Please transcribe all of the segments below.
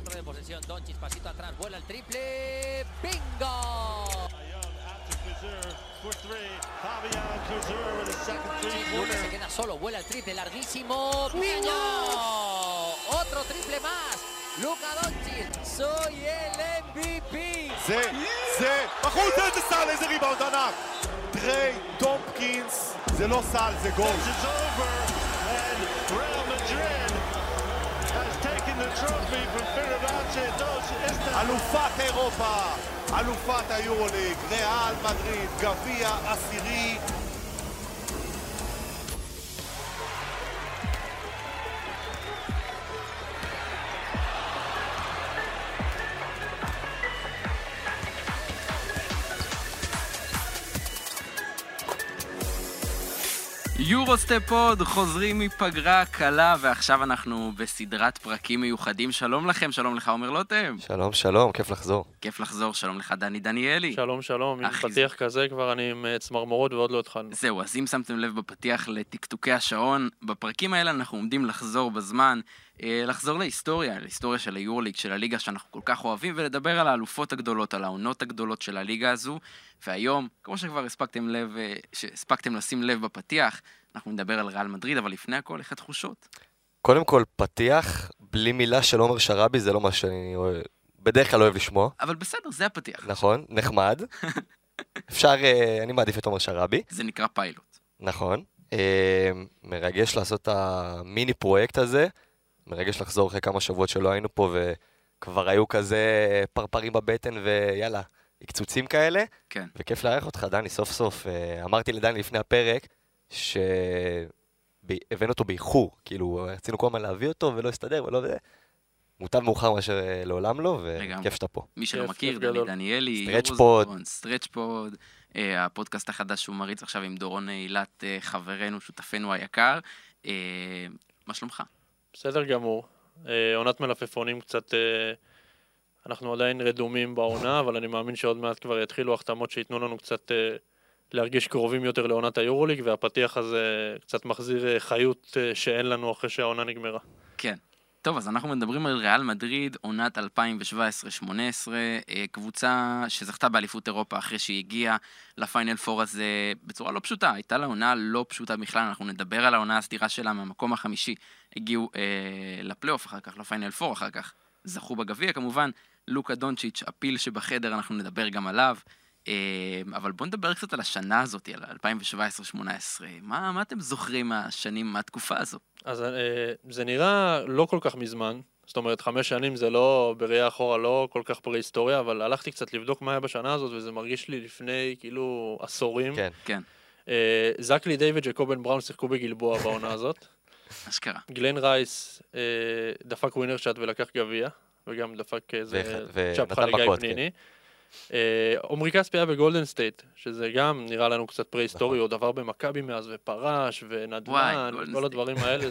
4 de posesión, Doncic, pasito atrás, vuela el triple, ¡bingo! Luka se queda solo, vuela el triple, larguísimo, ¡bingo! Otro triple más, Luka Doncic, soy el MVP. זה, בחוץ איזה סל, איזה ריבאונד ענק. טריי טומפקינס, זה לא סל, זה גול. אלופת אירופה, אלופת היורוליג, ריאל מדריד, גביע עשירי. יורוסטפ פוד, חוזרים מפגרה קלה, ועכשיו אנחנו בסדרת פרקים מיוחדים. שלום לכם, שלום לך עומר לוטם. שלום, שלום, כיף לחזור. כיף לחזור, שלום לך דני דניאלי. שלום, שלום, עם פתיח כזה כבר אני עם צמרמורות ועוד לא התחלנו. זהו, אז אם שמתם לב בפתיח לטקטוקי השעון, בפרקים האלה אנחנו עומדים לחזור בזמן, לחזור להיסטוריה של היורליג, של הליגה שאנחנו כל כך אוהבים, ולדבר על האלופות הגדולות, על העונות הגדולות של הליגה הזו. והיום, כמו שכבר הספקתם לשים לב בפתיח, אנחנו נדבר על ריאל מדריד, אבל לפני הכל, איך התחושות? קודם כל, פתיח, בלי מילה של עומר שרבי, זה לא מה שאני בדרך כלל אוהב לשמוע. אבל בסדר, זה הפתיח. נכון, נחמד. אפשר, אני מעדיף את עומר שרבי. זה נקרא פיילוט. נכון. מרגש לעשות את המיני פרויקט הזה, מרגש לחזור אחרי כמה שבועות שלא היינו פה, וכבר היו כזה פרפרים בבטן, ויאללה, קצוצים כאלה. כן. וכיף לארח אותך, דני, סוף סוף. אמרתי לדני לפני הפרק, שהבאנו אותו באיחור, כאילו, רצינו כל הזמן להביא אותו ולא הסתדר ולא וזה. מוטב מאוחר מאשר לעולם לא, וכיף שאתה פה. מי שלא מכיר, דני דניאלי, סטרץ' פוד, הפודקאסט החדש שהוא מריץ עכשיו עם דורון אילת, חברנו, שותפנו היקר. מה שלומך? בסדר גמור. עונת מלפפונים קצת, אנחנו עדיין רדומים בעונה, אבל אני מאמין שעוד מעט כבר יתחילו החתמות שיתנו לנו קצת להרגיש קרובים יותר לעונת היורוליג, והפתיח הזה קצת מחזיר חיות שאין לנו אחרי שהעונה נגמרה. כן. טוב, אז אנחנו מדברים על ריאל מדריד, עונת 2017-2018, קבוצה שזכתה באליפות אירופה אחרי שהיא הגיעה לפיינל פור הזה בצורה לא פשוטה. הייתה לה עונה לא פשוטה בכלל, אנחנו נדבר על העונה הסדירה שלה מהמקום החמישי. הגיעו לפלייאוף אחר כך, לפיינל פור אחר כך, זכו בגביע כמובן. לוקה דונצ'יץ', הפיל שבחדר, אנחנו נדבר גם עליו. אבל בואו נדבר קצת על השנה הזאת, על 2017-2018. מה אתם זוכרים מהשנים, מהתקופה הזו? אז זה נראה לא כל כך מזמן, זאת אומרת 5 שנים זה לא, בראייה אחורה לא כל כך פרה-היסטוריה, אבל הלכתי קצת לבדוק מה היה בשנה הזאת, וזה מרגיש לי לפני כאילו עשורים. כן. כן. זקלי די וג'קובן בראון שיחקו בגלבוע בעונה הזאת. אשכרה. גלן רייס דפק ווינר שאט ולקח גביע, וגם דפק איזה צ'אפ חליגאי פניני. עומרי כספי היה בגולדן סטייט, שזה גם נראה לנו קצת פרה-היסטורי, עוד עבר במכבי מאז ופרש ונדמן, כל הדברים האלה,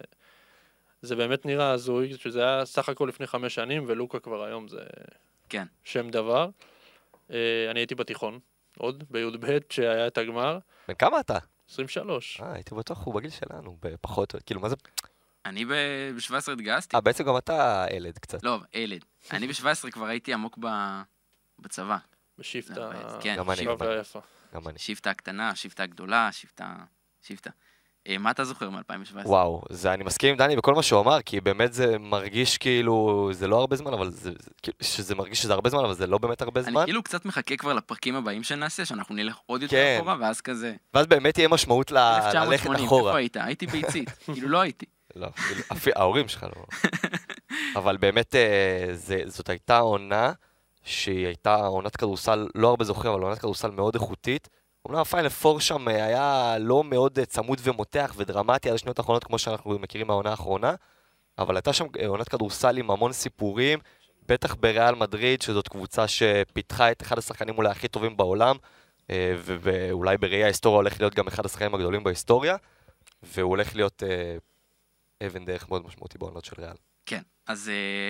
זה באמת נראה הזוי, שזה היה סך הכל לפני 5 שנים, ולוקה כבר היום זה שם דבר. אני הייתי בתיכון, עוד, בי"ב, שהיה את הגמר. בן כמה אתה? 23. הייתי בטוח, הוא בגיל שלנו, בפחות, כאילו מה זה? אני ב-17 התגייסתי. בעצם גם אתה ילד קצת. לא, ילד. אני ב-17 כבר הייתי עמוק בצבא. בשיפטה, כן, שיפטה היפה. גם אני. שיפטה הקטנה, שיפטה הגדולה, שיפטה. מה אתה זוכר מ-2017? וואו, אני מסכים עם דני בכל מה שהוא אמר, כי באמת זה מרגיש כאילו, זה לא הרבה זמן, אבל שזה מרגיש שזה הרבה זמן, אבל זה לא באמת הרבה זמן. אני כאילו קצת מחכה כבר לפרקים הבאים שנעשה, שאנחנו נלך עוד יותר אחורה, ואז כזה. ואז באמת יהיה משמעות ללכת 1980, אחורה. איפה היית? הייתי ביצית, כאילו לא הייתי. לא, ההורים שלך לא. אבל באמת זאת הייתה עונה, שהיא הייתה עונת כדורסל, לא הרבה זוכר, אבל עונת כדורסל מאוד איכותית. אומנם הפיינל פור שם היה לא מאוד צמוד ומותח ודרמטי על השניות האחרונות, כמו שאנחנו מכירים מהעונה האחרונה, אבל הייתה שם עונת כדורסל עם המון סיפורים, בטח בריאל מדריד, שזאת קבוצה שפיתחה את אחד השחקנים אולי הכי טובים בעולם, ואולי בראי ההיסטוריה הולך להיות גם אחד השחקנים הגדולים בהיסטוריה, והוא הולך להיות אבן דרך מאוד משמעותי בעונות של ריאל. כן, אז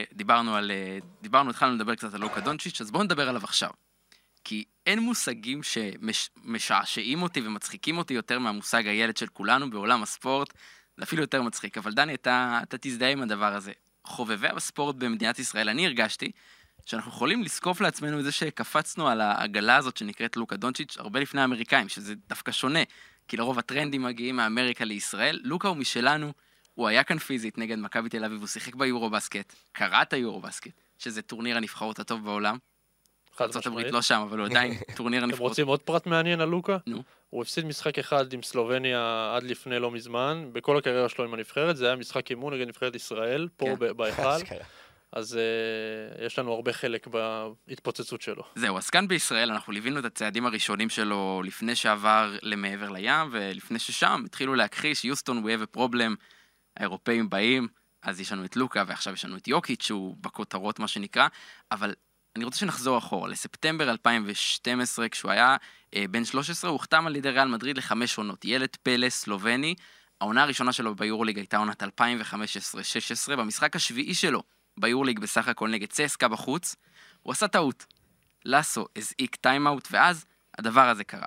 התחלנו לדבר קצת על לוקה דונצ'יץ', אז בואו נדבר עליו עכשיו. כי אין מושגים שמשעשעים אותי ומצחיקים אותי יותר מהמושג הילד של כולנו בעולם הספורט, זה אפילו יותר מצחיק. אבל דני, אתה תזדהה עם הדבר הזה. חובבי הספורט במדינת ישראל, אני הרגשתי שאנחנו יכולים לזקוף לעצמנו את זה שקפצנו על העגלה הזאת שנקראת לוקה דונצ'יץ' הרבה לפני האמריקאים, שזה דווקא שונה, כי לרוב הטרנדים מגיעים מאמריקה לישראל. לוקה הוא משלנו, הוא היה כאן פיזית נגד מכבי תל אביב, הוא שיחק ביורובסקט, קרא את היורובסקט, שזה טורניר הנבחרות הטוב בעולם. ארצות הברית לא שם, אבל הוא עדיין טורניר הנבחרות. אתם רוצים עוד פרט מעניין על לוקה? נו. הוא הפסיד משחק אחד עם סלובניה עד לפני לא מזמן, בכל הקריירה שלו עם הנבחרת, זה היה משחק אימון נגד נבחרת ישראל, פה בהיכל. אז יש לנו הרבה חלק בהתפוצצות שלו. זהו, אז כאן בישראל אנחנו ליווינו את הצעדים הראשונים שלו לפני שעבר למעבר לים, ולפני ששם התחילו להכחיש, יוסטון, we have a problem, האירופאים באים, אז יש לנו את לוקה, ועכשיו יש לנו את יוקיץ' שהוא בכותרות מה שנקרא, אבל אני רוצה שנחזור אחורה, לספטמבר 2012, כשהוא היה בן 13, הוא הוחתם על ידי ריאל מדריד ל5 עונות, ילד פלא סלובני, העונה הראשונה שלו ביורוליג הייתה עונת 2015-16, במשחק השביעי שלו, ביורליג בסך הכל נגד צסקה בחוץ, הוא עשה טעות. לסו הזעיק טיימאוט, ואז הדבר הזה קרה.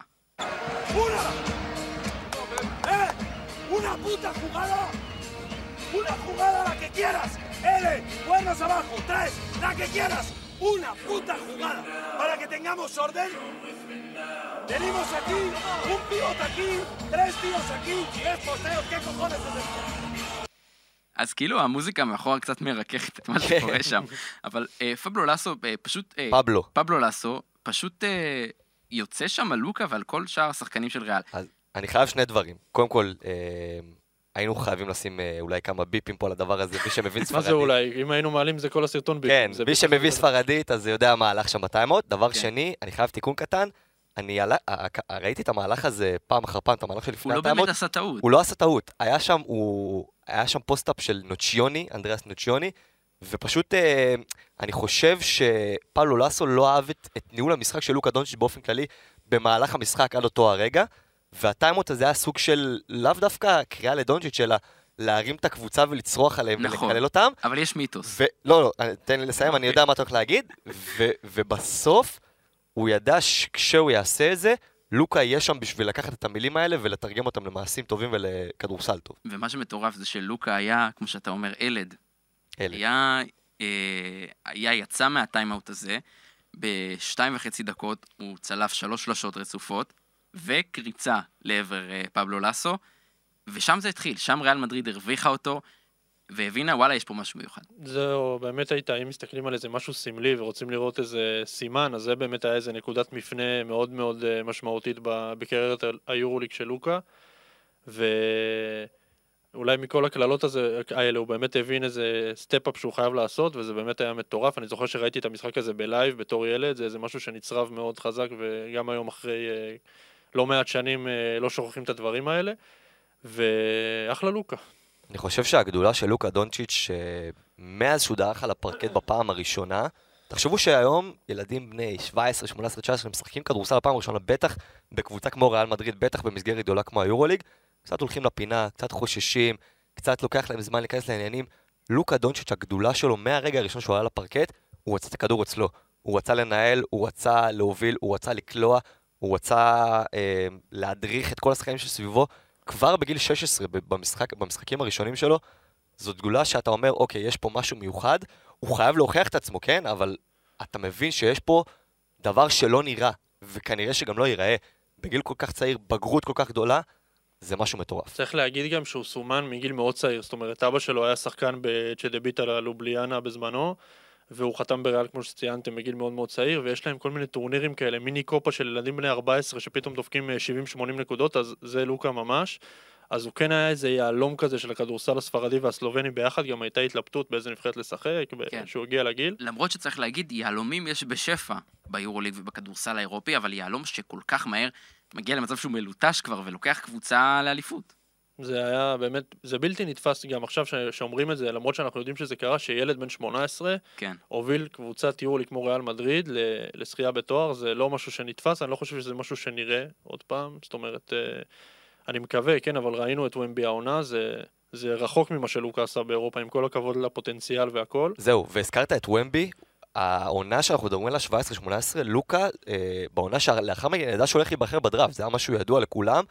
Una puta jugada para que tengamos orden. Tenemos aquí un pivot aquí, 3 tíos aquí, 3 posteos, ¿qué cojones es esto? אז כאילו המוזיקה מאחורה קצת מרככת את מה שקורה שם, אבל פבלו לסו פשוט... פבלו לסו פשוט יוצא שם על לוקה ועל כל שאר השחקנים של ריאל. אז אני חייב שני דברים. קודם כל, היינו חייבים לשים אולי כמה ביפים פה על הדבר הזה, מי שמבין ספרדית. מה זה אולי? אם היינו מעלים זה כל הסרטון ביפים. כן, מי שמבין ספרדית אז יודע מה הלך שם בטיימות. דבר שני, אני חייב תיקון קטן, אני ראיתי את המהלך הזה פעם אחר פעם, את המהלך שלפני הטיימות. הוא לא באמת עשה טעות. הוא לא עשה טעות. היה שם פוסט-אפ של נוצ'יוני, אנדריאס נוצ'יוני, ופשוט אני חושב שפאולו לסו לא אהב את ניהול המשחק של לוקה דונצ'יץ' באופן כללי במהלך המשחק עד אותו הרגע, והטיימות הזה היה סוג של לאו דווקא קריאה לדונצ'יץ' אלא להרים את הקבוצה ולצרוח עליהם ולקלל אותם. אבל יש מיתוס. לא, תן לי לסיים, אני יודע מה אתה הולך להגיד, ובסוף הוא ידע שכשהוא יעשה את זה, לוקה יהיה שם בשביל לקחת את המילים האלה ולתרגם אותם למעשים טובים ולכדורסל טוב. ומה שמטורף זה שלוקה היה, כמו שאתה אומר, ילד. היה יצא מהטיימאוט הזה, ב2.5 דקות הוא צלף 3 שלשות רצופות, וקריצה לעבר פבלו לסו, ושם זה התחיל, שם ריאל מדריד הרוויחה אותו, והבינה, וואלה, יש פה משהו מיוחד. זהו, באמת הייתה, אם מסתכלים על איזה משהו סמלי ורוצים לראות איזה סימן, אז זה באמת היה איזה נקודת מפנה מאוד מאוד משמעותית בקריירת היורוליג של לוקה, ואולי מכל הכללות האלה הוא באמת הבין איזה סטפ-אפ שהוא חייב לעשות, וזה באמת היה מטורף. אני זוכר שראיתי את המשחק הזה בלייב בתור ילד, זה משהו שנצרב מאוד חזק, וגם היום אחרי לא מעט שנים לא שוכחים את הדברים האלה, ואחלה לוקה. אני חושב שהגדולה של לוקה דונצ'יץ' מאז שהוא דרך על הפרקט בפעם הראשונה, תחשבו שהיום ילדים בני 17, 18, 19 משחקים כדורסל בפעם הראשונה, בטח בקבוצה כמו ריאל מדריד, בטח במסגרת גדולה כמו היורוליג, קצת הולכים לפינה, קצת חוששים, קצת לוקח להם זמן להיכנס לעניינים. לוקה דונצ'יץ' הגדולה שלו מהרגע הראשון שהוא עלה לפרקט, הוא רצה את הכדור אצלו, הוא רצה לנהל, הוא רצה להוביל, הוא רצה לקלוע, הוא רצה להדריך את כל השחקנים שסביבו, כבר בגיל 16 במשחקים הראשונים שלו. זאת גדולה שאתה אומר, אוקיי, יש פה משהו מיוחד, הוא חייב להוכיח את עצמו, כן? אבל אתה מבין שיש פה דבר שלא נראה, וכנראה שגם לא ייראה. בגיל כל כך צעיר, בגרות כל כך גדולה, זה משהו מטורף. צריך להגיד גם שהוא סומן מגיל מאוד צעיר, זאת אומרת, אבא שלו היה שחקן בצ'דביטה ללובליאנה בזמנו, והוא חתם בריאל, כמו שציינתם, בגיל מאוד מאוד צעיר, ויש להם כל מיני טורנירים כאלה, מיני קופה של ילדים בני 14, שפתאום דופקים 70-80 נקודות, אז זה לוקה ממש. אז הוא כן היה איזה יעלום כזה של הכדורסל הספרדי והסלובני ביחד, גם הייתה התלבטות באיזה נבחרת לשחק, כשהוא הגיע לגיל. למרות שצריך להגיד, יעלומים יש בשפע ביורוליג ובכדורסל האירופי, אבל יעלום שכל כך מהר מגיע למצב שהוא מלוטש כבר ולוקח קבוצה לאליפות. זה היה באמת, זה בלתי נתפס גם עכשיו שאומרים את זה, למרות שאנחנו יודעים שזה קרה, שילד בן 18 הוביל קבוצת יורוליג כמו ריאל מדריד לשחייה בתואר, זה לא משהו שנתפס, אני לא חושב שזה משהו שנראה עוד פעם, זאת אומרת, אני מקווה, כן, אבל ראינו את ומבי העונה, זה רחוק ממה שלוקה עשה באירופה, עם כל הכבוד לפוטנציאל והכל. זהו, והזכרת את ומבי, העונה שאנחנו מדברים עליה 17-18, לוקה, בעונה שלאחר מכן ידע שהולך להיבחר בדראפט, זה היה משהו ידוע לכולם,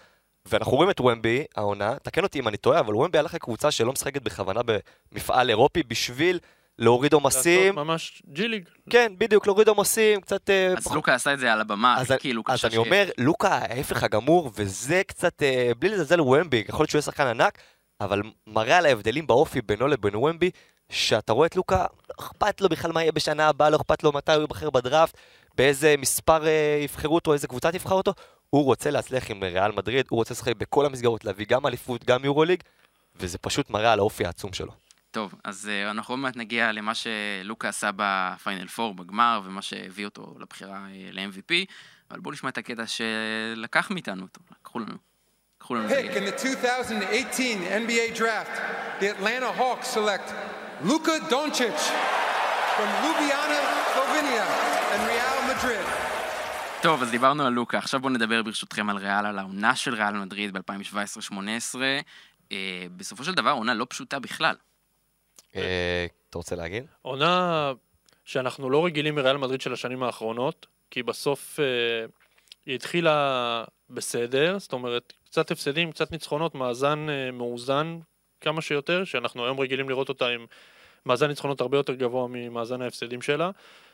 ואנחנו רואים את ומבי, העונה, תקן אותי אם אני טועה, אבל ומבי הלך לקבוצה שלא משחקת בכוונה במפעל אירופי בשביל להוריד עומסים. לעשות ממש ג'יליג. כן, בדיוק, להוריד עומסים, קצת... אז לוקה עשה את זה על הבמה, הכי לוקה אז אני אומר, לוקה ההפך הגמור, וזה קצת, בלי לזלזל וומבי, יכול להיות שהוא יהיה שחקן ענק, אבל מראה על ההבדלים באופי בינו לבין וומבי, שאתה רואה את לוקה, לא אכפת לו בכלל מה יהיה בשנה הבאה, לא אכפת לו מתי הוא יבחר בדראפט, באיזה מספר יבחרו אותו, איזה קבוצה תבחר אותו, הוא רוצה להצליח עם ריאל מדריד, הוא רוצה לשחק בכל המסגרות, להביא גם אליפות, גם יורוליג, וזה פשוט מראה על האופי העצום שלו. טוב, אז אנחנו עוד מעט נגיע למה שלוקה עשה בפיינל 4 בגמר, ומה שהביא אותו לבחירה ל-MVP, אבל בואו נשמע את הקטע שלקח מאיתנו אותו, קחו לנו. Pick in the 2018 NBA draft, the Atlanta Hawks select Luka Doncic from Ljubljana, Slovenia and Real Madrid. טוב, אז דיברנו על לוקה, עכשיו בואו נדבר ברשותכם על ריאל, על העונה של ריאל מדריד ב-2017-2018, בסופו של דבר עונה לא פשוטה בכלל. אתה רוצה להגיד? עונה שאנחנו לא רגילים מריאל מדריד של השנים האחרונות, כי בסוף היא התחילה בסדר, זאת אומרת, קצת הפסדים, קצת ניצחונות, מאזן מאוזן כמה שיותר, שאנחנו היום רגילים לראות אותה עם מאזן ניצחונות הרבה יותר גבוה ממאזן ההפסדים שלה,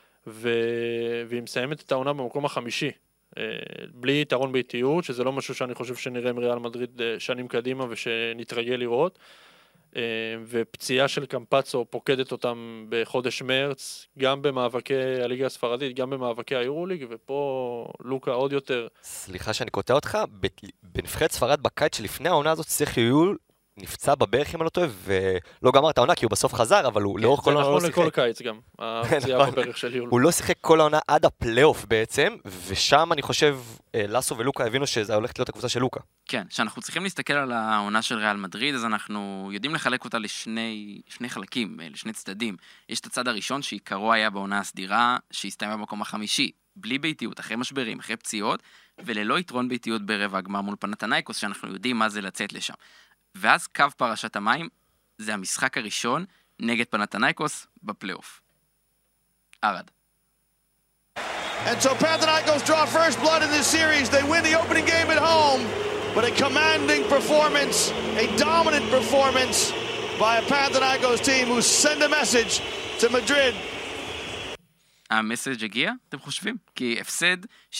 והיא מסיימת את העונה במקום החמישי, בלי יתרון ביתיות, שזה לא משהו שאני חושב שנראה מריאל מדריד שנים קדימה ושנתרגל לראות, ופציעה של קמפצו פוקדת אותם בחודש מרץ, גם במאבקי הליגה הספרדית, גם במאבקי היורוליג, ופה לוקה עוד יותר. סליחה שאני קוטע אותך, בנבחרת ספרד בקיץ שלפני העונה הזאת צריך יהיו נפצע בברך אם אני לא טועה, ולא גמר את העונה כי הוא בסוף חזר, אבל הוא לאורך כל העונה לא שיחק. זה נכון לכל קיץ גם, הפציעה בברך של יול. הוא לא שיחק כל העונה עד הפלייאוף בעצם, ושם אני חושב, לסו ולוקה הבינו שזה הולכת להיות הקבוצה של לוקה. כן, שאנחנו צריכים להסתכל על העונה של ריאל מדריד, אז אנחנו יודעים לחלק אותה לשני חלקים, לשני צדדים. יש את הצד הראשון שעיקרו היה בעונה הסדירה, שהסתיימה במקום החמישי, בלי ביתיות, אחרי משברים, אחרי פציעות, וללא יתרון ביתיות ברבע הגמר מול פנתנייקוס, שאנחנו יודעים מה זה לצאת לשם. ואז קו פרשת המים, זה המשחק הראשון נגד פנתנייקוס בפלייאוף. ארד. And so Panathinaikos draw first blood in this series. They win the opening game at home, but a commanding performance, a dominant performance by a Panathinaikos team who send a message to Madrid. המסאג' הגיע, אתם חושבים? כי הפסד 67-95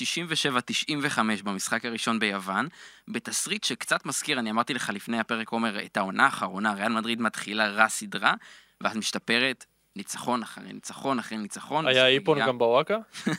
במשחק הראשון ביוון, בתסריט שקצת מזכיר, אני אמרתי לך לפני הפרק אומר, את העונה האחרונה, ריאל מדריד מתחילה רע סדרה, ואת משתפרת ניצחון אחרי ניצחון אחרי ניצחון. היה איפון גם בוואקה?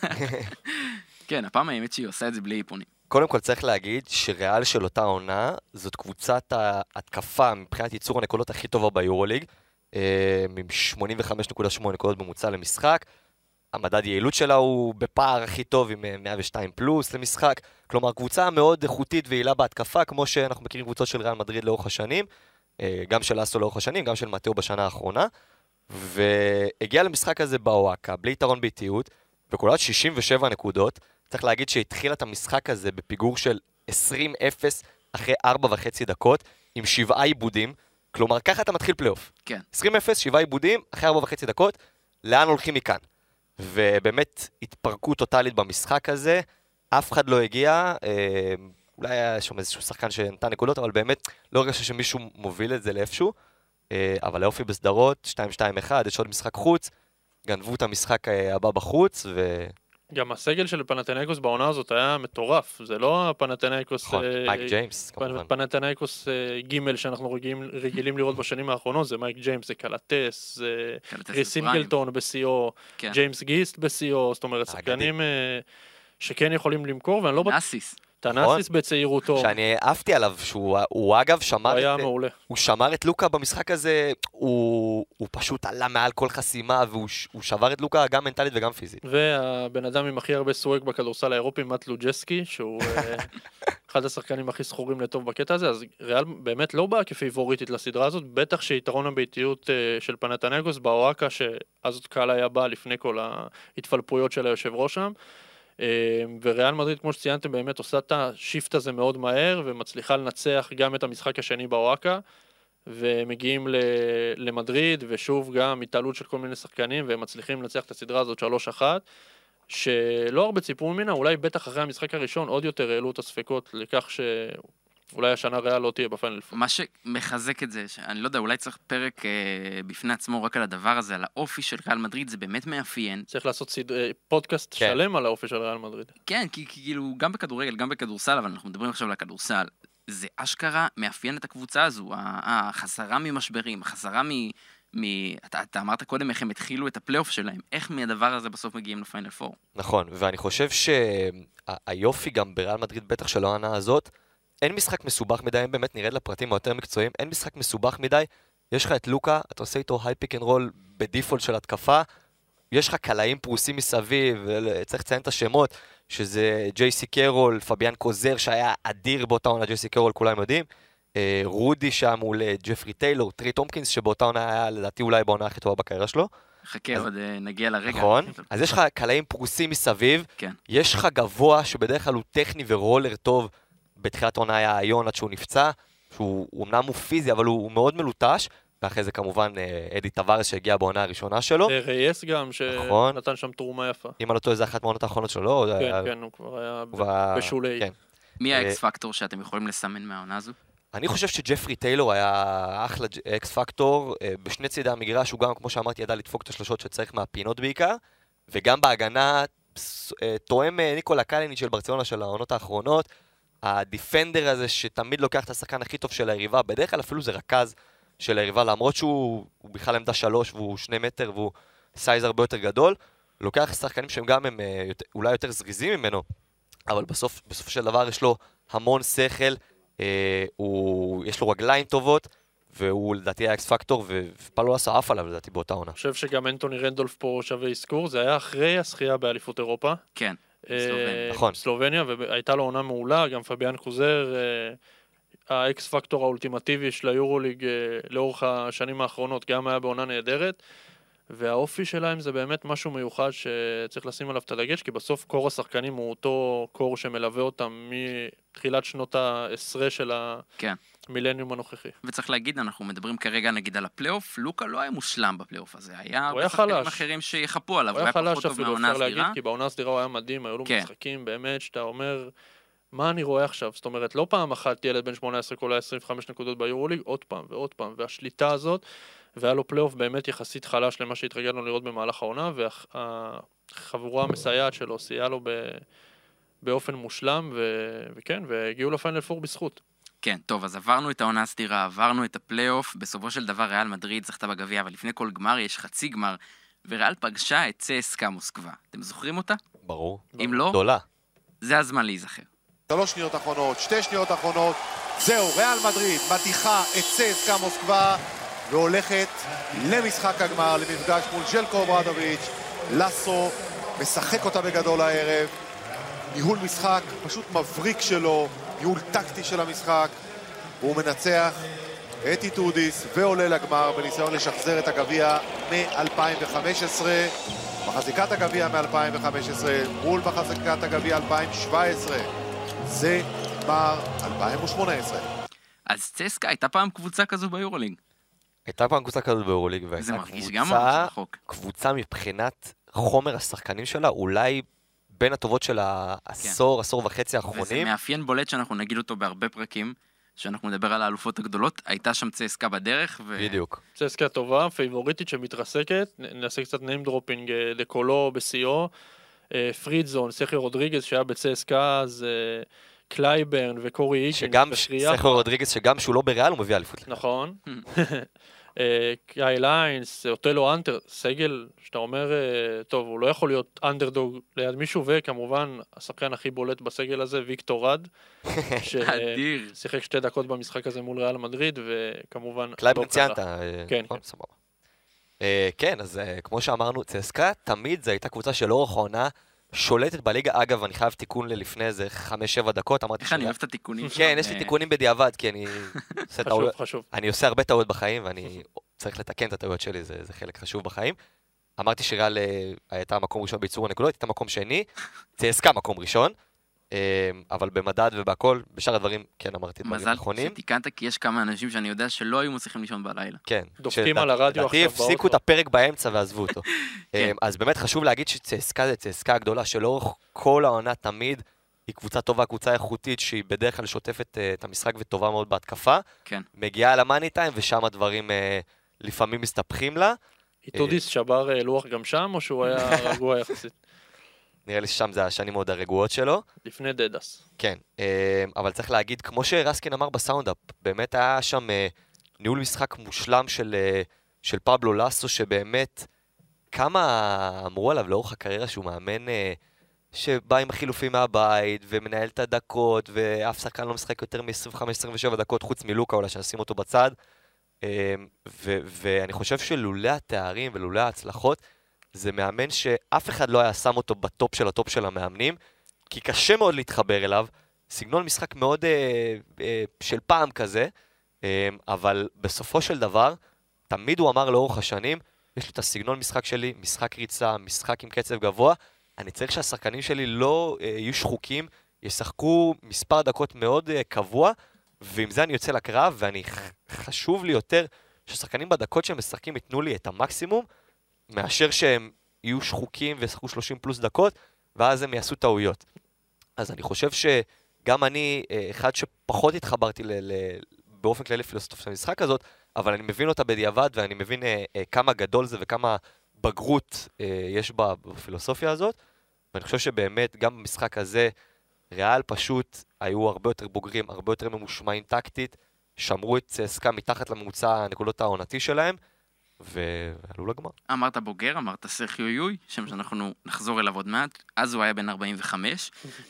כן, הפעם האמת שהיא עושה את זה בלי איפונים. קודם כל צריך להגיד שריאל של אותה עונה, זאת קבוצת ההתקפה מבחינת ייצור הנקודות הכי טובה ביורוליג, עם 85.8 נקודות בממוצע למשחק, המדד יעילות שלה הוא בפער הכי טוב עם 102 פלוס למשחק, כלומר קבוצה מאוד איכותית ויעילה בהתקפה, כמו שאנחנו מכירים קבוצות של ריאל מדריד לאורך השנים, גם של אסו לאורך השנים, גם של מתאו בשנה האחרונה, והגיע למשחק הזה בוואקה, בלי יתרון ביתיות, וכולת 67 נקודות, צריך להגיד שהתחילה את המשחק הזה בפיגור של 20-0 אחרי 4.5 דקות, עם 7 עיבודים, כלומר ככה אתה מתחיל פלייאוף. כן. 20-0, 7 עיבודים, אחרי 4.5 דקות, לאן הולכים מכאן? ובאמת התפרקות טוטלית במשחק הזה, אף אחד לא הגיע, אולי היה שם איזשהו שחקן שנתן נקודות, אבל באמת לא הרגשתי שמישהו מוביל את זה לאיפשהו, אבל האופי בסדרות, 2-2-1, יש עוד משחק חוץ, גנבו את המשחק הבא בחוץ, גם הסגל של פנתנייקוס בעונה הזאת היה מטורף, זה לא הפנתנייקוס... נכון, מייק ג'יימס, כמובן. פנתנייקוס ג' שאנחנו רגילים לראות בשנים האחרונות, זה מייק ג'יימס, זה קלטס, זה ריס סינגלטון בסיאו, ג'יימס גיסט בסיאו, זאת אומרת, שחקנים שכן יכולים למכור, ואני לא... נאסיס. תנאסיס בצעירותו. שאני אהבתי עליו, שהוא אגב שמר את לוקה במשחק הזה, הוא פשוט עלה מעל כל חסימה, והוא שבר את לוקה גם מנטלית וגם פיזית. והבן אדם עם הכי הרבה סווג בכדורסל האירופי, מאט לוג'סקי, שהוא אחד השחקנים הכי סחורים לטוב בקטע הזה, אז ריאל באמת לא באה כפייבוריטית לסדרה הזאת, בטח שיתרון הביתיות של פנתנייקוס בוואקה, שאז עוד קהל היה בא לפני כל ההתפלפויות של היושב ראש שם, וריאל מדריד, כמו שציינתם, באמת עושה את השיפט הזה מאוד מהר, ומצליחה לנצח גם את המשחק השני בוואקה, ומגיעים למדריד, ושוב גם התעלות של כל מיני שחקנים, והם מצליחים לנצח את הסדרה הזאת 3-1, שלא הרבה ציפו ממנה, אולי בטח אחרי המשחק הראשון עוד יותר העלו את הספקות לכך אולי השנה ריאל לא תהיה בפיינל פור. מה שמחזק את זה, אני לא יודע, אולי צריך פרק בפני עצמו רק על הדבר הזה, על האופי של ריאל מדריד, זה באמת מאפיין. צריך לעשות פודקאסט שלם על האופי של ריאל מדריד. כן, כי כאילו גם בכדורגל, גם בכדורסל, אבל אנחנו מדברים עכשיו על הכדורסל, זה אשכרה מאפיין את הקבוצה הזו, החזרה ממשברים, החזרה אתה אמרת קודם איך הם התחילו את הפלייאוף שלהם, איך מהדבר הזה בסוף מגיעים לפיינל פור. נכון, ואני חושב שהיופי גם בריאל מדריד, בטח של העונה הזאת, אין משחק מסובך מדי, אם באמת נרד לפרטים היותר מקצועיים, אין משחק מסובך מדי, יש לך את לוקה, אתה עושה איתו היי פיק אנד רול בדיפולט של התקפה, יש לך קלעים פרוסים מסביב, וצריך לציין את השמות, שזה ג'ייסי קרול, פביאן קוזר, שהיה אדיר באותה עונה, ג'ייסי קרול, כולם יודעים, רודי שם מול ג'פרי טיילור, טרי טומקינס, שבאותה עונה היה לדעתי אולי בעונה הכי טובה בקריירה שלו. חכה, עוד נגיע לרגע. נכון, אז יש לך קלעים פרוסים מסביב, יש לך גבוה שבדרך כלל הוא טכני ורולר טוב, בתחילת העונה היה איון עד שהוא נפצע, שהוא אמנם הוא פיזי, אבל הוא מאוד מלוטש, ואחרי זה כמובן אדי טווארס שהגיע בעונה הראשונה שלו. רייס גם, שנתן שם תרומה יפה. אם אני לא טועה, זה אחת מהעונות האחרונות שלו. כן, הוא כבר היה בשולי. מי האקס פקטור שאתם יכולים לסמן מהעונה הזו? אני חושב שג'פרי טיילור היה אחלה אקס פקטור, בשני צידי המגרש, הוא גם, כמו שאמרתי, ידע לדפוק את השלושות שצריך מהפינות בעיקר, וגם בהגנה, תואם ניקולה קליניץ' של ברצלונה של העונות האחרונות, הדיפנדר הזה שתמיד לוקח את השחקן הכי טוב של היריבה, בדרך כלל אפילו זה רכז של היריבה, למרות שהוא בכלל עמדה 3 והוא 2 מטר והוא סייז הרבה יותר גדול, לוקח שחקנים שהם גם הם אולי יותר זריזים ממנו, אבל בסוף של דבר יש לו המון שכל, יש לו רגליים טובות, והוא לדעתי היה אקס פקטור, ופעל לא עשה אף עליו לדעתי באותה עונה. אני חושב שגם אנטוני רנדולף פה שווה אזכור, זה היה אחרי השחייה באליפות אירופה. כן. נכון. סלובניה, והייתה לו עונה מעולה, גם פביאן קוזר, האקס פקטור האולטימטיבי של היורוליג לאורך השנים האחרונות, גם היה בעונה נהדרת, והאופי שלהם זה באמת משהו מיוחד שצריך לשים עליו את הדגש, כי בסוף קור השחקנים הוא אותו קור שמלווה אותם מתחילת שנות ה-10 של המילניום הנוכחי. וצריך להגיד, אנחנו מדברים כרגע נגיד על הפלייאוף, לוקה לא היה מושלם בפלייאוף הזה, היה שחקנים אחרים שיחפו עליו, הוא היה חלש אפילו, אפשר להגיד, כי בעונה הסדירה הוא היה מדהים, היו לו משחקים באמת שאתה אומר, מה אני רואה עכשיו? זאת אומרת, לא פעם אחת ילד בן 18 כל 25 נקודות ביורוליג, עוד פעם ועוד פעם, והשליטה הזאת, והיה לו פלייאוף באמת יחסית חלש למה שהתרגלנו לראות במהלך העונה, והחבורה המסייעת שלו סייעה לו באופן מושלם, וכן, והגיעו לפיינל פור בזכות. כן, טוב, אז עברנו את העונה הסדירה, עברנו את הפלייאוף, בסופו של דבר ריאל מדריד זכתה בגביע, אבל לפני כל גמר יש חצי גמר, וריאל פגשה את CSKA מוסקבה. אתם זוכרים אותה? ברור. אם לא, גדולה. זה הזמן להיזכר. 3 שניות אחרונות, 2 שניות אחרונות, זהו, ריאל מדריד מדיחה את CSKA מוסקבה, והולכת למשחק הגמר, למפגש מול ז'לקו אוברדוביץ'. לסו משחק אותה בגדול הערב, ניהול משחק פשוט מבריק שלו, ניהול טקטי של המשחק, והוא מנצח את איטודיס ועולה לגמר בניסיון לשחזר את הגביע מ-2015, מחזיקת הגביע מ-2015 מול מחזיקת הגביע 2017. זה גמר 2018. אז CSKA הייתה פעם קבוצה כזו ביורוליג. הייתה פעם קבוצה כזו ביורוליג, והייתה קבוצה מבחינת חומר השחקנים שלה, אולי בין הטובות של העשור, עשור וחצי האחרונים. וזה מאפיין בולט שאנחנו נגיד אותו בהרבה פרקים, שאנחנו נדבר על האלופות הגדולות, הייתה שם CSKA בדרך. בדיוק. CSKA טובה, פייבוריטית שמתרסקת, נעשה קצת name dropping, דקולו בסיו, פרידזון, סכר רודריגז שהיה ב-CSKA, אז קלייברן וקורי איקן. סכר רודריגז שגם שהוא לא בריאל הוא מביא אליפות. נכון. קאי ליינס, אוטלו אנטר, סגל שאתה אומר, טוב, הוא לא יכול להיות אנדרדוג ליד מישהו, וכמובן השחקן הכי בולט בסגל הזה, ויקטור רד, ששיחק 2 דקות במשחק הזה מול ריאל מדריד, וכמובן... קלייברן ציינת. כן. כן, אז כמו שאמרנו, CSKA תמיד זו הייתה קבוצה של אורך העונה, שולטת בליגה. אגב, אני חייב תיקון לפני איזה 5-7 דקות. איך אני אוהב את התיקונים? כן, יש לי תיקונים בדיעבד, כי אני... חשוב. אני עושה הרבה טעויות בחיים, ואני צריך לתקן את הטעויות שלי, זה חלק חשוב בחיים. אמרתי שריאל הייתה מקום ראשון בייצור הנקודות, הייתה מקום שני, CSKA מקום ראשון, אבל במדד ובהכל, בשאר הדברים, כן, אמרתי דברים נכונים. מזל שתיקנת, כי יש כמה אנשים שאני יודע שלא היו מצליחים לישון בלילה. כן. דופקים על הרדיו עכשיו באוטו. הפסיקו את הפרק באמצע ועזבו אותו. אז באמת חשוב להגיד ש-CSKA זה CSKA הגדולה, שלאורך כל העונה תמיד היא קבוצה טובה, קבוצה איכותית, שהיא בדרך כלל שוטפת את המשחק וטובה מאוד בהתקפה. כן. מגיעה למאני טיים, ושם הדברים לפעמים מסתבכים לה. איטודיס שבר לוח גם שם, או שהוא היה רגוע יחסית? נראה לי ששם זה השנים מאוד הרגועות שלו. לפני דדס. כן, אבל צריך להגיד, כמו שרסקין אמר בסאונדאפ, באמת היה שם ניהול משחק מושלם של פבלו לסו, שבאמת כמה אמרו עליו לאורך הקריירה שהוא מאמן שבא עם החילופים מהבית, ומנהל את הדקות, ואף שחקן לא משחק יותר מ-25-27 דקות, חוץ מלוקה אולי שנשים אותו בצד. ואני חושב שלולא התארים ולולא ההצלחות, זה מאמן שאף אחד לא היה שם אותו בטופ של הטופ של המאמנים, כי קשה מאוד להתחבר אליו, סגנון משחק מאוד של פעם כזה, אבל בסופו של דבר, תמיד הוא אמר לאורך השנים, יש לי את הסגנון משחק שלי, משחק ריצה, משחק עם קצב גבוה, אני צריך שהשחקנים שלי לא יהיו שחוקים, ישחקו מספר דקות מאוד קבוע, ועם זה אני יוצא לקרב, ואני חשוב לי יותר ששחקנים בדקות שהם משחקים יתנו לי את המקסימום, מאשר שהם יהיו שחוקים וישחקו 30 פלוס דקות, ואז הם יעשו טעויות. אז אני חושב שגם אני, אחד שפחות התחברתי באופן כללי לפילוסופיה המשחק הזאת, אבל אני מבין אותה בדיעבד, ואני מבין כמה גדול זה וכמה בגרות יש בפילוסופיה הזאת, ואני חושב שבאמת גם במשחק הזה, ריאל פשוט היו הרבה יותר בוגרים, הרבה יותר ממושמעים טקטית, שמרו את צסקה מתחת לממוצע הנקודות העונתי שלהם, ועלו לגמר. אמרת בוגר, אמרת סרחיו יוי, שם שאנחנו נחזור אליו עוד מעט, אז הוא היה בן 45.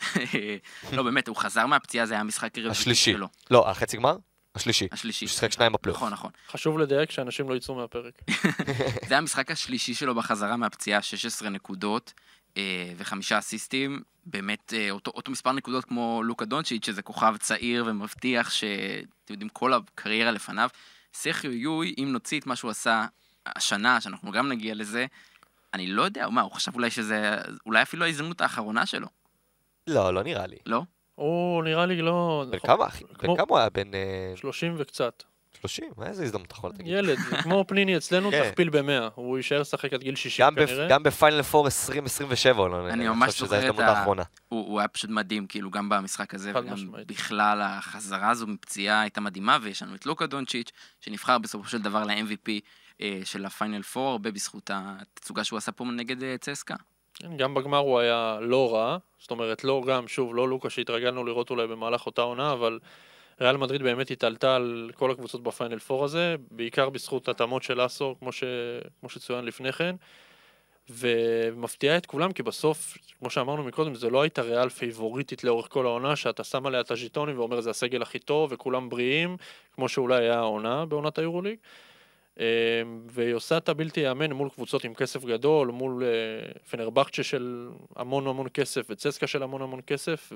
לא, באמת, הוא חזר מהפציעה, זה היה המשחק הרביעי שלו. לא, החצי גמר? השלישי. השלישי. ששחק 2 בפלייאוף. נכון, נכון. חשוב לדייק שאנשים לא יצאו מהפרק. זה היה המשחק השלישי שלו בחזרה מהפציעה, 16 נקודות ו5 אסיסטים, באמת אותו מספר נקודות כמו לוקה דונצ'יץ', שזה כוכב צעיר ומבטיח שאתם יודעים כל הקריירה לפניו. סרחיו יוי, אם נוציא את מה שהוא עשה השנה, שאנחנו גם נגיע לזה, אני לא יודע, הוא חשב אולי שזה, אולי אפילו ההזדמנות האחרונה שלו. לא, לא נראה לי. לא? הוא נראה לי לא... בן כמה, אחי? בן כמה הוא היה? בן... 30 וקצת. 30? איזה הזדמנות אתה יכול להגיד? ילד, כמו פניני אצלנו, תכפיל ב-100. הוא יישאר לשחק עד גיל 60 כנראה. גם בפיינל 4 2027, אני ממש זוכר את הוא היה פשוט מדהים, כאילו גם במשחק הזה, וגם בכלל החזרה הזו מפציעה הייתה מדהימה, ויש לנו את לוקה דונצ'יץ', שנבחר בסופו של דבר ל-MVP של הפיינל 4, הרבה בזכות התצוגה שהוא עשה פה נגד צסקה. גם בגמר הוא היה לא רע, זאת אומרת לא גם, שוב, לא לוקה שהתרגלנו לראות אולי במהלך אותה עונה, אבל ריאל מדריד באמת התעלתה על כל הקבוצות בפיינל 4 הזה, בעיקר בזכות התאמות של אסו, כמו שצוין לפני כן, ומפתיעה את כולם, כי בסוף, כמו שאמרנו מקודם, זה לא הייתה ריאל פייבוריטית לאורך כל העונה, שאתה שם עליה את הז'יטונים ואומר זה הסגל הכי טוב, וכולם בריאים, כמו שאולי היה העונה בעונת היורוליג, והיא עושה את הבלתי יאמן מול קבוצות עם כסף גדול, מול פנרבחצ'ה של המון כסף, וצסקה של המון כסף,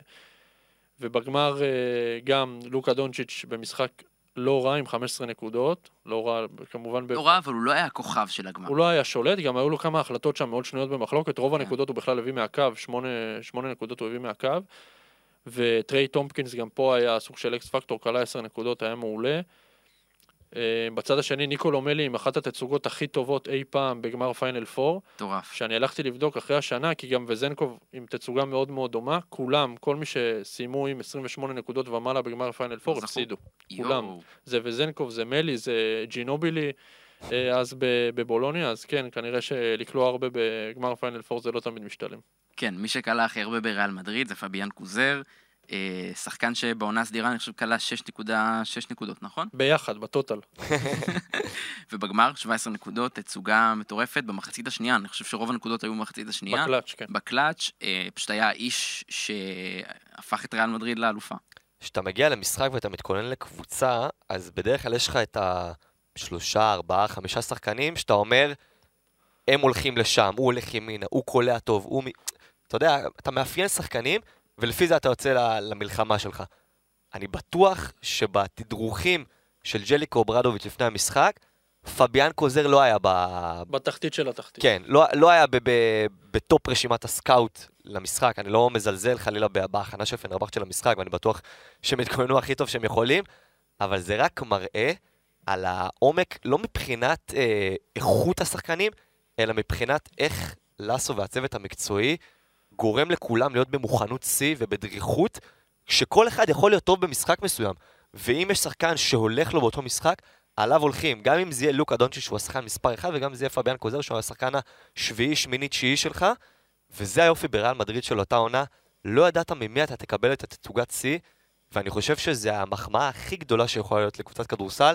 ובגמר גם לוקה דונצ'יץ' במשחק לא רע עם 15 נקודות, לא רע כמובן... לא רע, אבל הוא לא היה כוכב של הגמר. הוא לא היה שולט, גם היו לו כמה החלטות שם מאוד שנויות במחלוקת, רוב הנקודות הוא בכלל הביא מהקו, 8 נקודות הוא הביא מהקו, וטריי טומפקינס גם פה היה סוג של אקס פקטור, קלה 10 נקודות, היה מעולה. בצד השני ניקולו מלי עם אחת התצוגות הכי טובות אי פעם בגמר פיינל 4, טורף. שאני הלכתי לבדוק אחרי השנה, כי גם וזנקוב עם תצוגה מאוד מאוד דומה, כולם, כל מי שסיימו עם 28 נקודות ומעלה בגמר פיינל 4 הפסידו, כולם. זה וזנקוב, זה מלי, זה ג'ינובילי, אז בבולוניה, אז כן, כנראה שלקלוע הרבה בגמר פיינל 4 זה לא תמיד משתלם. כן, מי שקלה הכי הרבה בריאל מדריד זה פביאן קוזר, שחקן שבעונה סדירה אני חושב קלה 6.6 נקודות, נכון? ביחד, בטוטל. ובגמר 17 נקודות, תצוגה מטורפת במחצית השנייה, אני חושב שרוב הנקודות היו במחצית השנייה. בקלאץ', כן. בקלאץ', פשוט היה האיש שהפך את ריאל מדריד לאלופה. כשאתה מגיע למשחק ואתה מתכונן לקבוצה, אז בדרך כלל יש לך את 3, 4, 5 שחקנים, שאתה אומר, הם הולכים לשם, הוא הולך ימינה, הוא קולע טוב, אתה יודע, אתה מאפיין שחקנים, ולפי זה אתה יוצא למלחמה שלך. אני בטוח שבתדרוכים של ג'ליקו ברדוביץ' לפני המשחק, פביאן קוזר לא היה בתחתית של התחתית. כן, לא היה בטופ רשימת הסקאוט למשחק. אני לא מזלזל חלילה בהכנה של פנרבחצ'ה של המשחק, ואני בטוח שהם התכוננו הכי טוב שהם יכולים, אבל זה רק מראה על העומק, לא מבחינת איכות השחקנים, אלא מבחינת איך לסו והצוות המקצועי גורם לכולם להיות במוכנות שיא ובדריכות, כשכל אחד יכול להיות טוב במשחק מסוים. ואם יש שחקן שהולך לו באותו משחק, עליו הולכים. גם אם זה יהיה לוקה דונצ'יץ' שהוא השחקן מספר 1, וגם אם זה יהיה פביאן קוזר שהוא השחקן השביעי, שמיני, תשיעי שלך, וזה היופי בריאל מדריד של אותה עונה. לא ידעת ממי אתה תקבל את התצוגת שיא, ואני חושב שזה המחמאה הכי גדולה שיכולה להיות לקבוצת כדורסל,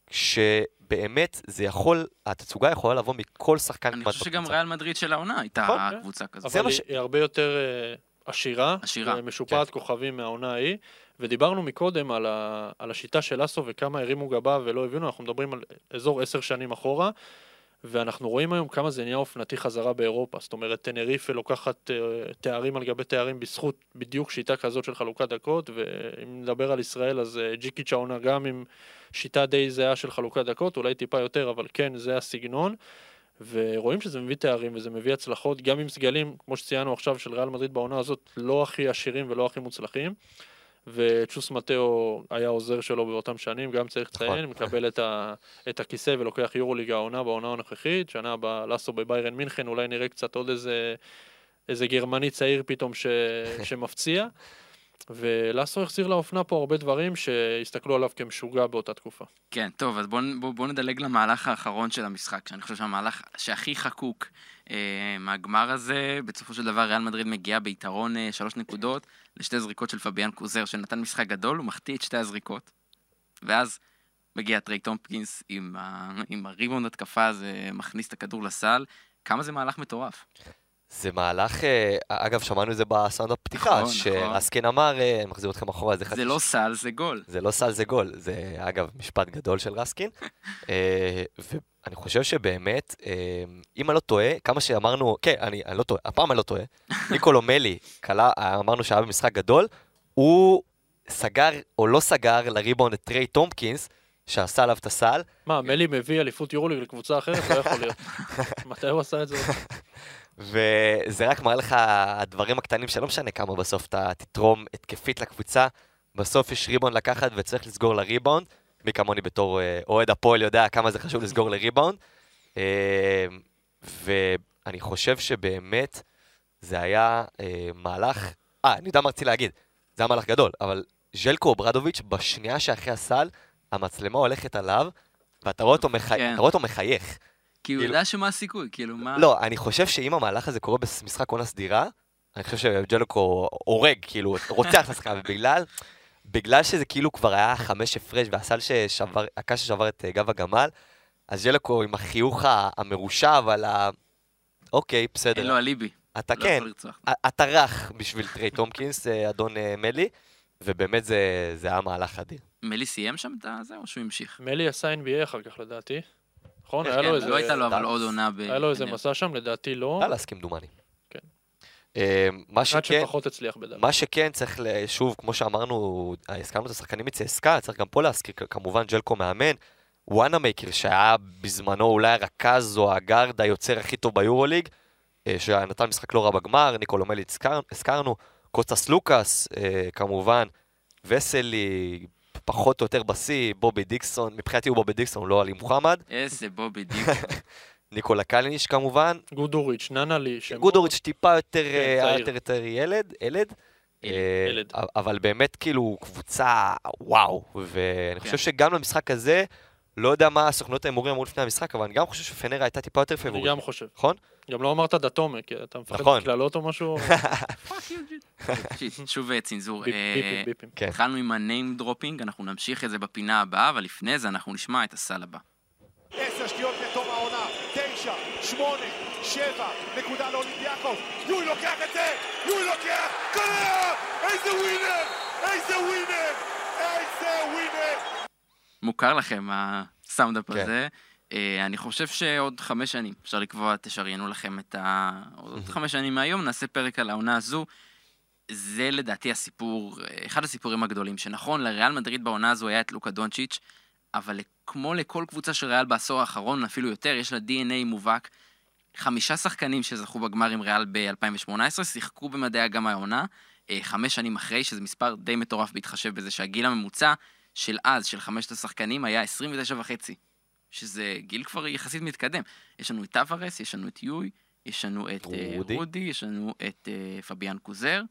שבאמת זה יכול, התצוגה יכולה לבוא מכל שחקן. אני חושב שגם ריאל מדריד של העונה הייתה קבוצה כזאת. אבל היא הרבה יותר עשירה, משופעת כוכבים מהעונה ההיא, ודיברנו מקודם על השיטה של אסו וכמה הרימו גבה ולא הבינו, אנחנו מדברים על אזור 10 שנים אחורה, ואנחנו רואים היום כמה זה נהיה אופנתי חזרה באירופה, זאת אומרת, טנריפה לוקחת תארים על גבי תארים בזכות בדיוק שיטה כזאת של חלוקת דקות, ואם נדבר על ישראל, אז ג'יקיץ' העונה גם עם שיטה די זהה של חלוקת דקות, אולי טיפה יותר, אבל כן, זה הסגנון, ורואים שזה מביא תארים וזה מביא הצלחות, גם עם סגלים, כמו שציינו עכשיו, של ריאל מדריד בעונה הזאת, לא הכי עשירים ולא הכי מוצלחים, וצ'וס מטאו היה עוזר שלו באותם שנים, גם צריך לציין, מקבל את הכיסא ולוקח יורוליג העונה בעונה הנוכחית, שנה הבאה לאסו בביירן מינכן, אולי נראה קצת עוד איזה גרמני צעיר פתאום שמפציע, ולאסו החזיר לאופנה פה הרבה דברים שהסתכלו עליו כמשוגע באותה תקופה. כן, טוב, אז בואו נדלג למהלך האחרון של המשחק, שאני חושב שהמהלך שהכי חקוק מהגמר הזה, בסופו של דבר ריאל מדריד מגיעה ביתרון 3 נקודות, לשתי זריקות של פביאן קוזר, שנתן משחק גדול, הוא מחטיא את שתי הזריקות, ואז מגיע טריי טומפקינס עם הריבאונד התקפה הזה, מכניס את הכדור לסל, כמה זה מהלך מטורף. זה מהלך, אגב, שמענו את זה בסאונד הפתיחה, שרסקין אמר, אני מחזיר אתכם אחורה, זה לא סל, זה גול. זה לא סל, זה גול. זה, אגב, משפט גדול של רסקין. ואני חושב שבאמת, אם אני לא טועה, כמה שאמרנו, כן, אני לא טועה, הפעם אני לא טועה, ניקולו מלי, אמרנו שהיה במשחק גדול, הוא סגר או לא סגר לריבאונד את טריי טומפקינס, שעשה עליו את הסל. מה, מלי מביא אליפות יורוליג לקבוצה אחרת? לא יכול להיות. מתי הוא עשה את זה? וזה רק מראה לך הדברים הקטנים שלא משנה כמה בסוף אתה תתרום התקפית לקבוצה, בסוף יש ריבאונד לקחת וצריך לסגור לריבאונד, מי כמוני בתור אוהד הפועל יודע כמה זה חשוב לסגור לריבאונד, ואני חושב שבאמת זה היה מהלך, אני יודע מה רציתי להגיד, זה היה מהלך גדול, אבל ז'לקו אוברדוביץ' בשנייה שאחרי הסל, המצלמה הולכת עליו, ואתה רואה אותו מחייך. כי הוא יודע שמה הסיכוי, כאילו מה... לא, אני חושב שאם המהלך הזה קורה במשחק עונה סדירה, אני חושב שג'לקו הורג, כאילו, רוצח לשחקן, בגלל שזה כאילו כבר היה 5 הפרש, והסל ששבר, הקש ששבר את גב הגמל, אז ג'לקו עם החיוך המרושע, אבל אוקיי, בסדר. אין לו אליבי. אתה כן, אתה רך בשביל טריי טומפקינס, אדון מלי, ובאמת זה היה מהלך אדיר. מלי סיים שם את זה, או שהוא המשיך? מלי עשה NBA אחר כך, לדעתי. נכון, היה לו איזה... לא הייתה לו, אבל עוד עונה היה לו איזה מסע שם, לדעתי לא. היה להסכים דומני. כן. עד שפחות הצליח בדרך. מה שכן צריך, שוב, כמו שאמרנו, הזכרנו את השחקנים מצייסקה, צריך גם פה להזכיר, כמובן ג'לקו מאמן, וואנאמייקר, שהיה בזמנו אולי הרכז או הגארד היוצר הכי טוב ביורוליג, שנתן משחק לא רע בגמר, ניקולו מלי הזכרנו, קוסטס לוקאס, כמובן, וסלי, פחות או יותר בסי, בובי דיקסון, מבחינתי הוא בובי דיקסון, לא עלי מוחמד. איזה בובי דיקסון. ניקולה קליניש כמובן. גודוריץ', ננלי. גודוריץ' טיפה יותר ילד. אבל באמת כאילו קבוצה וואו, ואני חושב שגם למשחק הזה, לא יודע מה הסוכנות ההימורים אמרו לפני המשחק, אבל אני גם חושב שפנרה הייתה טיפה יותר פייבורית. אני גם חושב. נכון? גם לא אמרת דתומה, כי אתה מפחד מכללות או משהו. שוב צנזור. התחלנו עם הניים דרופינג, אנחנו נמשיך את זה בפינה הבאה, אבל לפני זה אנחנו נשמע את הסל הבא. 10 שניות לתום העונה, 9, 8, 7, נקודה לאולימפיאקוס, יוי לוקח את זה, יוי לוקח, קרה! איזה ווינר! איזה ווינר! איזה ווינר! מוכר לכם הסאונדאפ הזה. אני חושב שעוד 5 שנים, אפשר לקבוע, תשריינו לכם את עוד 5 שנים מהיום, נעשה פרק על העונה הזו. זה לדעתי הסיפור, אחד הסיפורים הגדולים, שנכון, לריאל מדריד בעונה הזו היה את לוקה דונצ'יץ', אבל כמו לכל קבוצה של ריאל בעשור האחרון, אפילו יותר, יש לה DNA מובהק. 5 שחקנים שזכו בגמר עם ריאל ב-2018, שיחקו במדעי גם העונה, 5 שנים אחרי, שזה מספר די מטורף בהתחשב בזה שהגיל הממוצע של אז, של 5 השחקנים, היה 29.5, שזה גיל כבר יחסית מתקדם. יש לנו את טווארס, יש לנו את יוי, יש לנו את רודי, יש לנו את פביאן קוזר,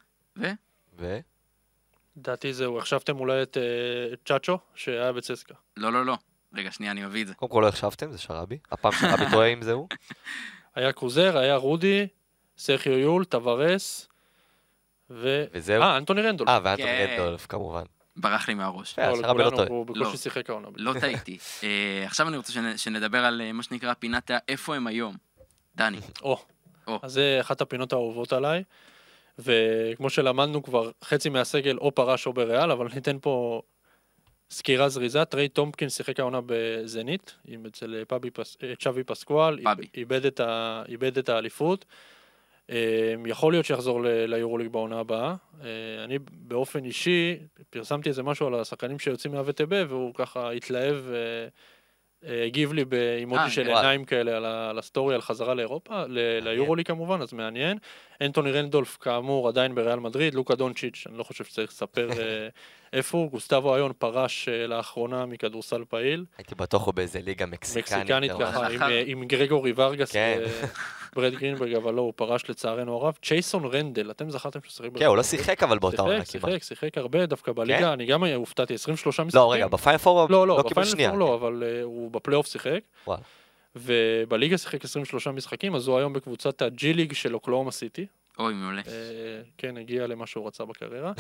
דעתי זהו, החשבתם אולי את צ'אצ'ו, שהיה בצסקה. לא. רגע, שנייה, אני מביא את זה. קודם כל לא החשבתם, זה שרבי. הפעם שרבי טועה עם זהו. היה קוזר, היה רודי, סרחיו יול, טוורס, וזהו. אנטוני רנדולף. ואנטוני רנדולף, כמובן. ברח לי מהראש. שרבי לא טועה. הוא בקושי שיחק העונה. לא טעיתי. עכשיו אני רוצה שנדבר על מה שנקרא פינת איפה הם היום. דני. אז זה אחת הפינות האהובות עליי, וכמו שלמדנו כבר, חצי מהסגל או פרש או בריאל, אבל ניתן פה סקירה זריזה. טריי טומפקין שיחק העונה בזנית, אצל צ'אבי פסקואל, איבד את האליפות. יכול להיות שיחזור ליורוליג בעונה הבאה. אני באופן אישי פרסמתי איזה משהו על השחקנים שיוצאים מהווטב, והוא ככה התלהב הגיב לי באימוג'י של עיניים כאלה על הסטורי, על חזרה לאירופה, ליורוליג כמובן, אז מעניין. אנטוני רנדולף כאמור עדיין בריאל מדריד, לוקה דונצ'יץ', אני לא חושב שצריך לספר איפה הוא, גוסטבו איון פרש לאחרונה מכדורסל פעיל. הייתי בטוח הוא באיזה ליגה מקסיקנית ככה, עם גרגורי ורגס וברד גרינברג, אבל לא, הוא פרש לצערנו הרב. צ'ייסון רנדל, אתם זכרתם שהוא שיחק? כן, הוא לא שיחק אבל באותה עונה כמעט. שיחק הרבה דווקא בליגה, אני גם הופתעתי, 23 משחקים. לא, רגע, בפיינל פור לא קיבל שנייה. לא, אבל הוא בפלייאוף שיחק. ובליגה שיחק 23 משחקים, אז הוא היום בקבוצת הג'י ליג של אוקלאומה סיטי. אוי, מעולה. כן, הגיע למה שהוא רצה בקריירה.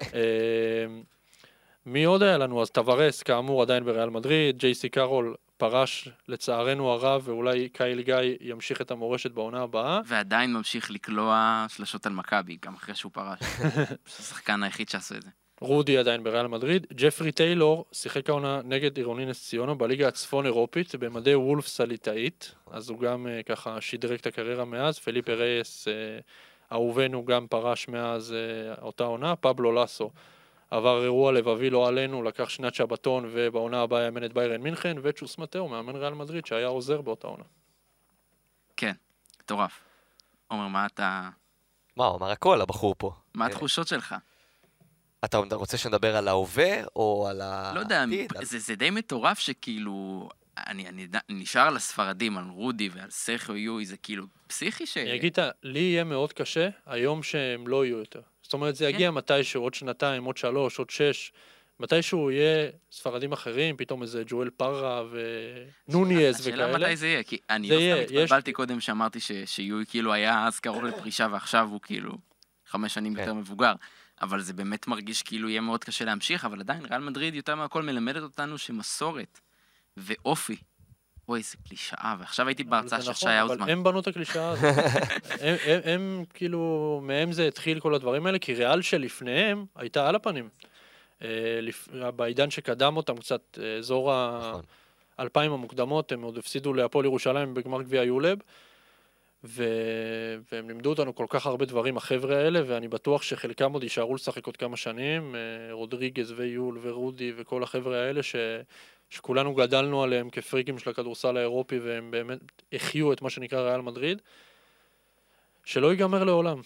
מי עוד היה לנו? אז טוורס, כאמור, עדיין בריאל מדריד, ג'ייסי קארול פרש לצערנו הרב, ואולי קייל גיא ימשיך את המורשת בעונה הבאה. ועדיין ממשיך לקלוע שלשות על מכבי, גם אחרי שהוא פרש. זה השחקן היחיד שעשו את זה. רודי עדיין בריאל מדריד. ג'פרי טיילור שיחק העונה נגד עירוני נס ציונה בליגה הצפון אירופית, במדי וולפס הליטאית, אז הוא גם ככה שידרג את הקריירה מאז. פליפה רייס, אהובנו, גם פרש מאז אותה עונה. פבלו לסו עבר אירוע לבבי לא עלינו, לקח שנת שבתון, ובעונה הבאה יאמן את ביירן מינכן, וצ'וס מטאו, מאמן ריאל מדריד, שהיה עוזר באותה עונה. כן, מטורף. עומר, מה אתה... מה, הוא אמר הכל, הבחור פה. מה התחושות שלך? אתה רוצה שנדבר על ההווה, או על העתיד? לא יודע, זה די מטורף שכאילו... אני נשאר על הספרדים, על רודי ועל סרחיו יוי, זה כאילו פסיכי ש... אני אגיד, לי יהיה מאוד קשה, היום שהם לא יהיו יותר. זאת אומרת, זה יגיע מתישהו, עוד שנתיים, עוד 3, עוד 6, מתישהו יהיה ספרדים אחרים, פתאום איזה ג'ואל פרה ונוניאז וכאלה. השאלה מתי זה יהיה, כי אני לא סתם התבלבלתי קודם שאמרתי שיוי כאילו היה אז קרוב לפרישה, ועכשיו הוא כאילו 5 שנים יותר מבוגר. אבל זה באמת מרגיש כאילו יהיה מאוד קשה להמשיך, אבל עדיין ריאל מדריד יותר מהכל מלמדת אותנו שמסורת ואופי. אוי, זה קלישאה, ועכשיו הייתי בהרצאה של שי האוזמן. אבל הם בנו את הקלישאה הזאת. הם כאילו, מהם זה התחיל כל הדברים האלה, כי ריאל שלפניהם הייתה על הפנים. בעידן שקדם אותם קצת, אזור ה-2000 המוקדמות, הם עוד הפסידו להפועל ירושלים בגמר גביע יולב, והם לימדו אותנו כל כך הרבה דברים, החבר'ה האלה, ואני בטוח שחלקם עוד יישארו לשחק עוד כמה שנים, רודריגז ויול ורודי וכל החבר'ה האלה שכולנו גדלנו עליהם כפריקים של הכדורסל האירופי, והם באמת החיו את מה שנקרא ריאל מדריד, שלא ייגמר לעולם.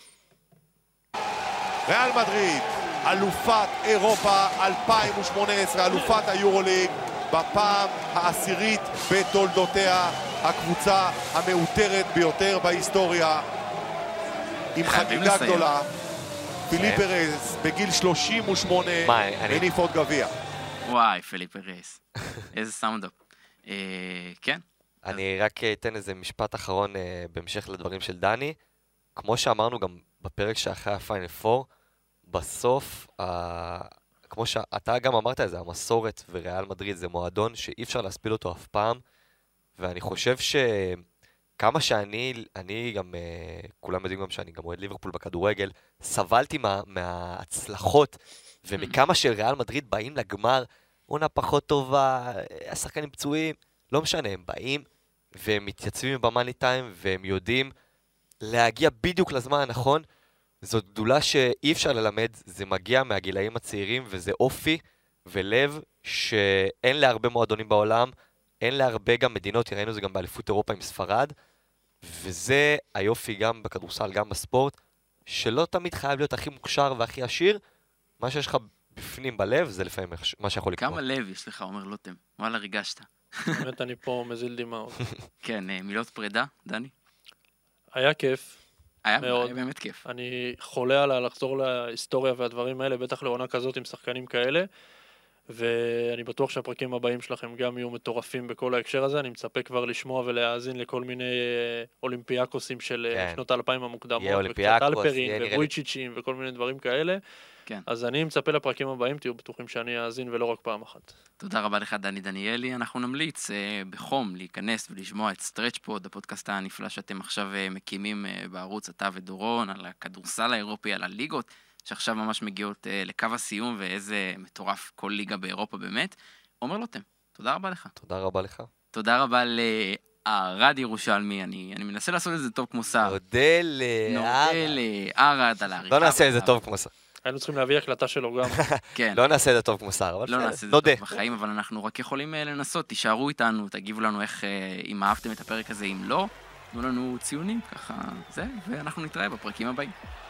ריאל מדריד, אלופת אירופה 2018, אלופת היורוליג, בפעם העשירית בתולדותיה, הקבוצה המאותרת ביותר בהיסטוריה, עם חגיגה גדולה. פיליפ רייס בגיל 38 הניף עוד גביע. וואי, פיליפ רייס. איזה סאונדאפ. כן. אני רק אתן איזה משפט אחרון בהמשך לדברים של דני. כמו שאמרנו גם בפרק שאחרי הפיינל פור, בסוף, כמו שאתה גם אמרת את זה, המסורת וריאל מדריד זה מועדון שאי אפשר להספיל אותו אף פעם, ואני חושב שכמה שאני גם, כולם יודעים גם שאני גם אוהד ליברפול בכדורגל, סבלתי מההצלחות, ומכמה שריאל מדריד באים לגמר, עונה פחות טובה, השחקנים פצועים, לא משנה, הם באים והם מתייצבים במאני טיים, והם יודעים להגיע בדיוק לזמן הנכון. זאת גדולה שאי אפשר ללמד, זה מגיע מהגילאים הצעירים, וזה אופי ולב שאין להרבה מועדונים בעולם, אין להרבה גם מדינות, ראינו זה גם באליפות אירופה עם ספרד, וזה היופי גם בכדורסל, גם בספורט, שלא תמיד חייב להיות הכי מוכשר והכי עשיר, מה שיש לך בפנים בלב, זה לפעמים מה שיכול לקרות. כמה לב יש לך, עומר לוטם? וואלה, ריגשת. באמת אני פה מזיל דמעות. כן, מילות פרידה, דני? היה כיף. היה באמת כיף. אני חולה על לחזור להיסטוריה והדברים האלה, בטח לעונה כזאת עם שחקנים כאלה, ואני בטוח שהפרקים הבאים שלכם גם יהיו מטורפים בכל ההקשר הזה. אני מצפה כבר לשמוע ולהאזין לכל מיני אולימפיאקוסים של שנות ה-2000 המוקדמות, וקצת אלפרין ובויצ'יצ'ים וכל מיני דברים כאלה. כן. אז אני מצפה לפרקים הבאים, תהיו בטוחים שאני אאזין ולא רק פעם אחת. תודה רבה לך דני דניאלי, אנחנו נמליץ בחום להיכנס ולשמוע את סטרץ' פוד, הפודקאסט הנפלא שאתם עכשיו מקימים בערוץ אתה ודורון, על הכדורסל האירופי, על הליגות, שעכשיו ממש מגיעות לקו הסיום, ואיזה מטורף כל ליגה באירופה באמת. עומר לוטם, תודה רבה לך. תודה רבה לך. תודה רבה לערד ירושלמי, אני מנסה לעשות את זה טוב כמו שר. נודה לערד על העריכה. לא נעשה את זה טוב כמו שר. היינו צריכים להביא הקלטה שלו גם. כן. לא נעשה את זה טוב כמו שר, אבל לא נעשה את זה טוב בחיים, אבל אנחנו רק יכולים לנסות. תישארו איתנו, תגיבו לנו איך, אם אהבתם את הפרק הזה, אם לא, תנו לנו ציונים, ככה זה, ואנחנו נתראה בפרקים הבאים.